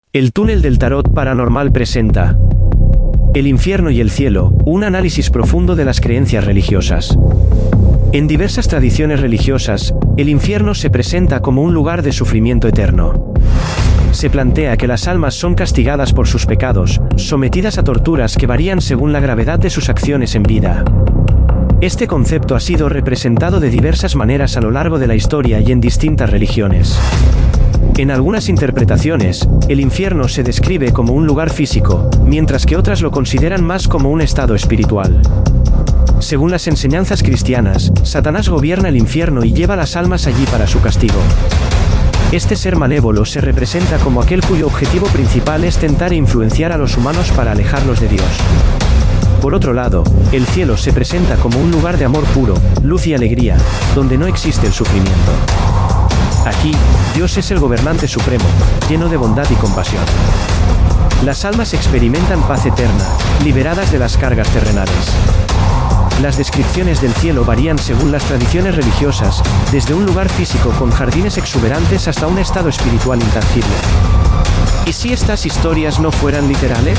El túnel del tarot paranormal presenta El infierno y el cielo, un análisis profundo de las creencias religiosas. En diversas tradiciones religiosas, el infierno se presenta como un lugar de sufrimiento eterno. Se plantea que las almas son castigadas por sus pecados, sometidas a torturas que varían según la gravedad de sus acciones en vida. Este concepto ha sido representado de diversas maneras a lo largo de la historia y en distintas religiones. En algunas interpretaciones, el infierno se describe como un lugar físico, mientras que otras lo consideran más como un estado espiritual. Según las enseñanzas cristianas, Satanás gobierna el infierno y lleva las almas allí para su castigo. Este ser malévolo se representa como aquel cuyo objetivo principal es tentar e influenciar a los humanos para alejarlos de Dios. Por otro lado, el cielo se presenta como un lugar de amor puro, luz y alegría, donde no existe el sufrimiento. Aquí, Dios es el gobernante supremo, lleno de bondad y compasión. Las almas experimentan paz eterna, liberadas de las cargas terrenales. Las descripciones del cielo varían según las tradiciones religiosas, desde un lugar físico con jardines exuberantes hasta un estado espiritual intangible. ¿Y si estas historias no fueran literales?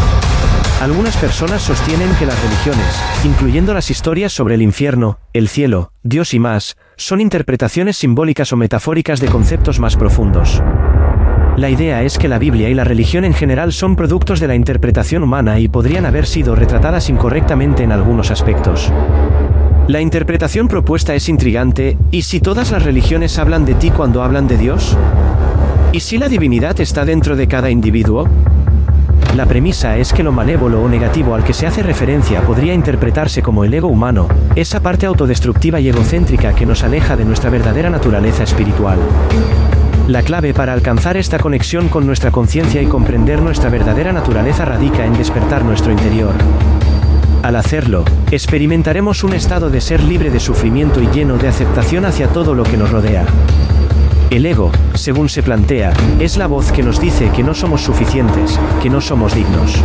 Algunas personas sostienen que las religiones, incluyendo las historias sobre el infierno, el cielo, Dios y más, son interpretaciones simbólicas o metafóricas de conceptos más profundos. La idea es que la Biblia y la religión en general son productos de la interpretación humana y podrían haber sido retratadas incorrectamente en algunos aspectos. La interpretación propuesta es intrigante. ¿Y si todas las religiones hablan de ti cuando hablan de Dios? ¿Y si la divinidad está dentro de cada individuo? La premisa es que lo malévolo o negativo al que se hace referencia podría interpretarse como el ego humano, esa parte autodestructiva y egocéntrica que nos aleja de nuestra verdadera naturaleza espiritual. La clave para alcanzar esta conexión con nuestra conciencia y comprender nuestra verdadera naturaleza radica en despertar nuestro interior. Al hacerlo, experimentaremos un estado de ser libre de sufrimiento y lleno de aceptación hacia todo lo que nos rodea. El ego, según se plantea, es la voz que nos dice que no somos suficientes, que no somos dignos.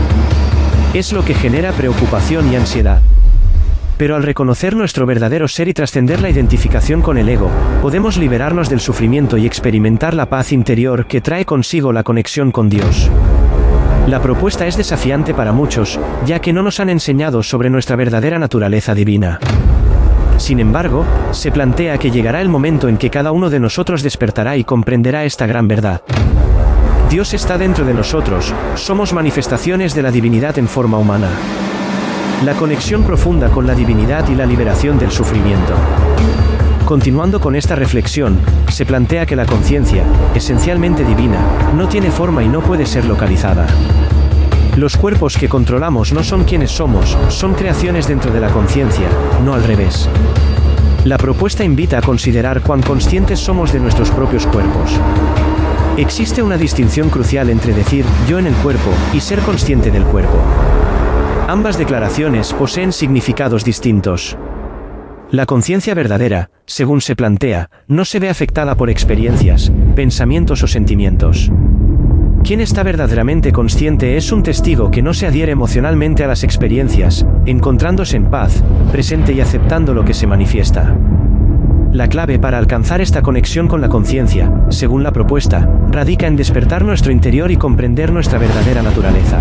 Es lo que genera preocupación y ansiedad. Pero al reconocer nuestro verdadero ser y trascender la identificación con el ego, podemos liberarnos del sufrimiento y experimentar la paz interior que trae consigo la conexión con Dios. La propuesta es desafiante para muchos, ya que no nos han enseñado sobre nuestra verdadera naturaleza divina. Sin embargo, se plantea que llegará el momento en que cada uno de nosotros despertará y comprenderá esta gran verdad. Dios está dentro de nosotros, somos manifestaciones de la divinidad en forma humana. La conexión profunda con la divinidad y la liberación del sufrimiento. Continuando con esta reflexión, se plantea que la conciencia, esencialmente divina, no tiene forma y no puede ser localizada. Los cuerpos que controlamos no son quienes somos, son creaciones dentro de la conciencia, no al revés. La propuesta invita a considerar cuán conscientes somos de nuestros propios cuerpos. Existe una distinción crucial entre decir yo en el cuerpo y ser consciente del cuerpo. Ambas declaraciones poseen significados distintos. La conciencia verdadera, según se plantea, no se ve afectada por experiencias, pensamientos o sentimientos. Quien está verdaderamente consciente es un testigo que no se adhiere emocionalmente a las experiencias, encontrándose en paz, presente y aceptando lo que se manifiesta. La clave para alcanzar esta conexión con la conciencia, según la propuesta, radica en despertar nuestro interior y comprender nuestra verdadera naturaleza.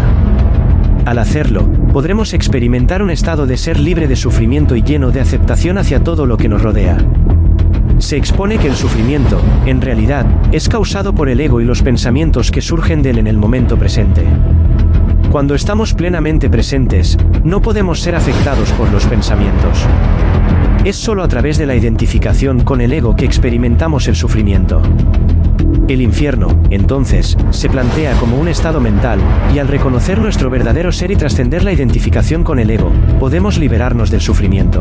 Al hacerlo, podremos experimentar un estado de ser libre de sufrimiento y lleno de aceptación hacia todo lo que nos rodea. Se expone que el sufrimiento, en realidad, es causado por el ego y los pensamientos que surgen de él en el momento presente. Cuando estamos plenamente presentes, no podemos ser afectados por los pensamientos. Es solo a través de la identificación con el ego que experimentamos el sufrimiento. El infierno, entonces, se plantea como un estado mental, y al reconocer nuestro verdadero ser y trascender la identificación con el ego, podemos liberarnos del sufrimiento.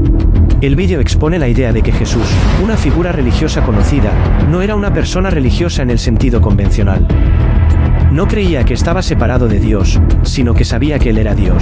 El vídeo expone la idea de que Jesús, una figura religiosa conocida, no era una persona religiosa en el sentido convencional. No creía que estaba separado de Dios, sino que sabía que Él era Dios.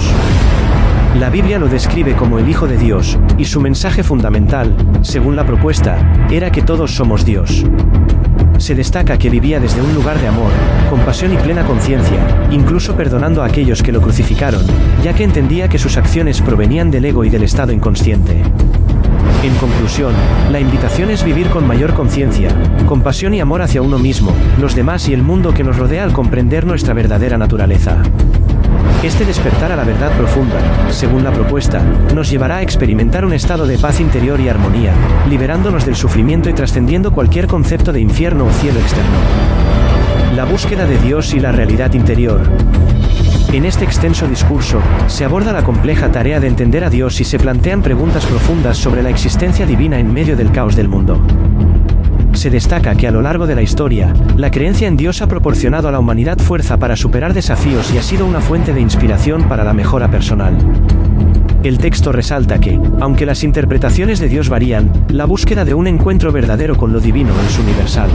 La Biblia lo describe como el Hijo de Dios, y su mensaje fundamental, según la propuesta, era que todos somos Dios. Se destaca que vivía desde un lugar de amor, compasión y plena conciencia, incluso perdonando a aquellos que lo crucificaron, ya que entendía que sus acciones provenían del ego y del estado inconsciente. En conclusión, la invitación es vivir con mayor conciencia, compasión y amor hacia uno mismo, los demás y el mundo que nos rodea al comprender nuestra verdadera naturaleza. Este despertar a la verdad profunda, según la propuesta, nos llevará a experimentar un estado de paz interior y armonía, liberándonos del sufrimiento y trascendiendo cualquier concepto de infierno o cielo externo. La búsqueda de Dios y la realidad interior. En este extenso discurso, se aborda la compleja tarea de entender a Dios y se plantean preguntas profundas sobre la existencia divina en medio del caos del mundo. Se destaca que a lo largo de la historia, la creencia en Dios ha proporcionado a la humanidad fuerza para superar desafíos y ha sido una fuente de inspiración para la mejora personal. El texto resalta que, aunque las interpretaciones de Dios varían, la búsqueda de un encuentro verdadero con lo divino es universal.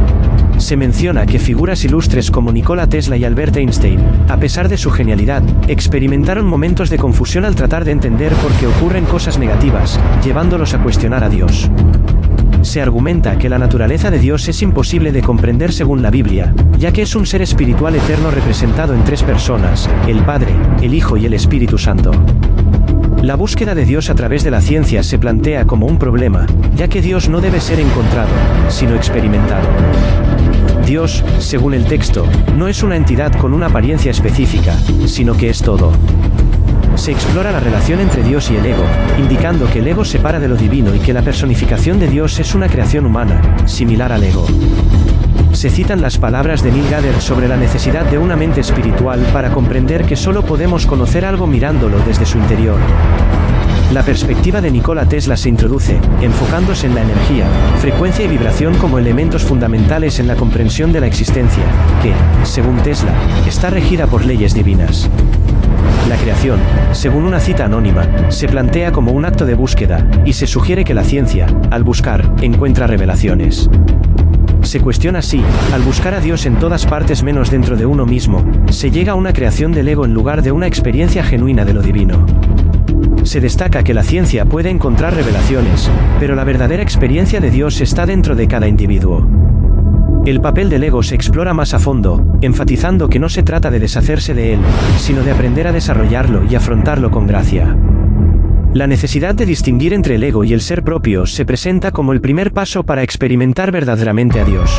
Se menciona que figuras ilustres como Nikola Tesla y Albert Einstein, a pesar de su genialidad, experimentaron momentos de confusión al tratar de entender por qué ocurren cosas negativas, llevándolos a cuestionar a Dios. Se argumenta que la naturaleza de Dios es imposible de comprender según la Biblia, ya que es un ser espiritual eterno representado en tres personas, el Padre, el Hijo y el Espíritu Santo. La búsqueda de Dios a través de la ciencia se plantea como un problema, ya que Dios no debe ser encontrado, sino experimentado. Dios, según el texto, no es una entidad con una apariencia específica, sino que es todo. Se explora la relación entre Dios y el ego, indicando que el ego separa de lo divino y que la personificación de Dios es una creación humana, similar al ego. Se citan las palabras de Neil Gaiman sobre la necesidad de una mente espiritual para comprender que solo podemos conocer algo mirándolo desde su interior. La perspectiva de Nikola Tesla se introduce, enfocándose en la energía, frecuencia y vibración como elementos fundamentales en la comprensión de la existencia, que, según Tesla, está regida por leyes divinas. La creación, según una cita anónima, se plantea como un acto de búsqueda, y se sugiere que la ciencia, al buscar, encuentra revelaciones. Se cuestiona si, al buscar a Dios en todas partes menos dentro de uno mismo, se llega a una creación del ego en lugar de una experiencia genuina de lo divino. Se destaca que la ciencia puede encontrar revelaciones, pero la verdadera experiencia de Dios está dentro de cada individuo. El papel del ego se explora más a fondo, enfatizando que no se trata de deshacerse de él, sino de aprender a desarrollarlo y afrontarlo con gracia. La necesidad de distinguir entre el ego y el ser propio se presenta como el primer paso para experimentar verdaderamente a Dios.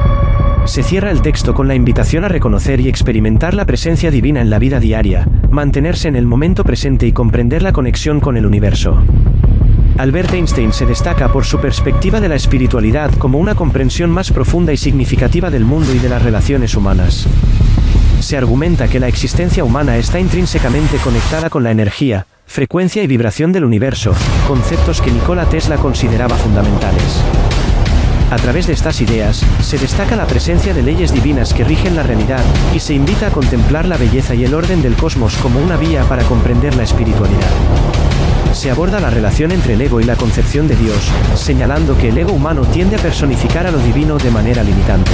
Se cierra el texto con la invitación a reconocer y experimentar la presencia divina en la vida diaria, mantenerse en el momento presente y comprender la conexión con el universo. Albert Einstein se destaca por su perspectiva de la espiritualidad como una comprensión más profunda y significativa del mundo y de las relaciones humanas. Se argumenta que la existencia humana está intrínsecamente conectada con la energía, frecuencia y vibración del universo, conceptos que Nikola Tesla consideraba fundamentales. A través de estas ideas, se destaca la presencia de leyes divinas que rigen la realidad, y se invita a contemplar la belleza y el orden del cosmos como una vía para comprender la espiritualidad. Se aborda la relación entre el ego y la concepción de Dios, señalando que el ego humano tiende a personificar a lo divino de manera limitante.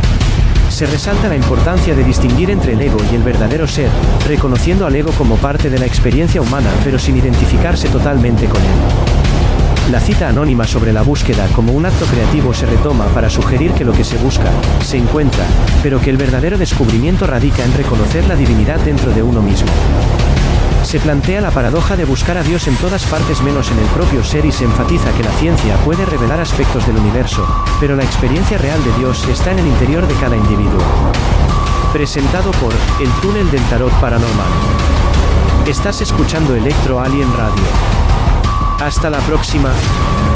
Se resalta la importancia de distinguir entre el ego y el verdadero ser, reconociendo al ego como parte de la experiencia humana pero sin identificarse totalmente con él. La cita anónima sobre la búsqueda como un acto creativo se retoma para sugerir que lo que se busca, se encuentra, pero que el verdadero descubrimiento radica en reconocer la divinidad dentro de uno mismo. Se plantea la paradoja de buscar a Dios en todas partes menos en el propio ser y se enfatiza que la ciencia puede revelar aspectos del universo, pero la experiencia real de Dios está en el interior de cada individuo. Presentado por El Túnel del Tarot Paranormal. Estás escuchando Electro Alien Radio. Hasta la próxima.